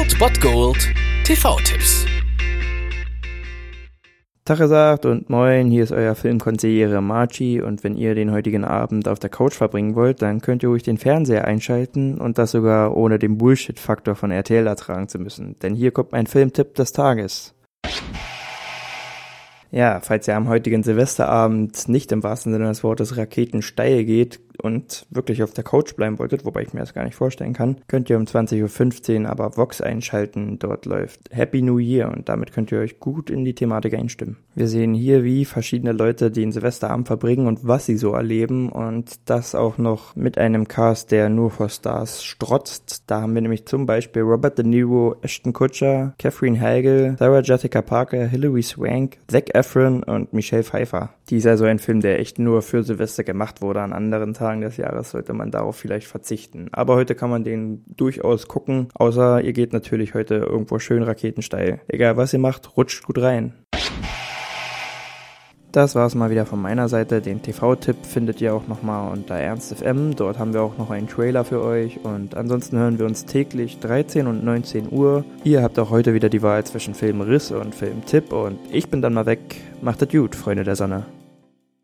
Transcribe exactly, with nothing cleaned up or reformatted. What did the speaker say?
Old Bot Gold T V-Tipps. Tag gesagt und moin, hier ist euer Filmkonsigliere Marci und wenn ihr den heutigen Abend auf der Couch verbringen wollt, dann könnt ihr ruhig den Fernseher einschalten und das sogar ohne den Bullshit-Faktor von R T L ertragen zu müssen, denn hier kommt mein Filmtipp des Tages. Ja, falls ihr am heutigen Silvesterabend nicht im wahrsten Sinne des Wortes raketensteil geht und wirklich auf der Couch bleiben wolltet, wobei ich mir das gar nicht vorstellen kann, könnt ihr um zwanzig Uhr fünfzehn aber Vox einschalten. Dort läuft Happy New Year und damit könnt ihr euch gut in die Thematik einstimmen. Wir sehen hier, wie verschiedene Leute den Silvesterabend verbringen und was sie so erleben und das auch noch mit einem Cast, der nur vor Stars strotzt. Da haben wir nämlich zum Beispiel Robert De Niro, Ashton Kutcher, Catherine Hagel, Sarah Jessica Parker, Hilary Swank, Zac Efron und Michelle Pfeiffer. Dies ist also ein Film, der echt nur für Silvester gemacht wurde. An anderen Tagen des Jahres sollte man darauf vielleicht verzichten. Aber heute kann man den durchaus gucken, außer ihr geht natürlich heute irgendwo schön raketensteil. Egal was ihr macht, rutscht gut rein. Das war's mal wieder von meiner Seite. Den T V-Tipp findet ihr auch nochmal unter Ernst F M. Dort haben wir auch noch einen Trailer für euch. Und ansonsten hören wir uns täglich dreizehn und neunzehn Uhr. Ihr habt auch heute wieder die Wahl zwischen Filmriss und Filmtipp. Und ich bin dann mal weg. Macht es gut, Freunde der Sonne.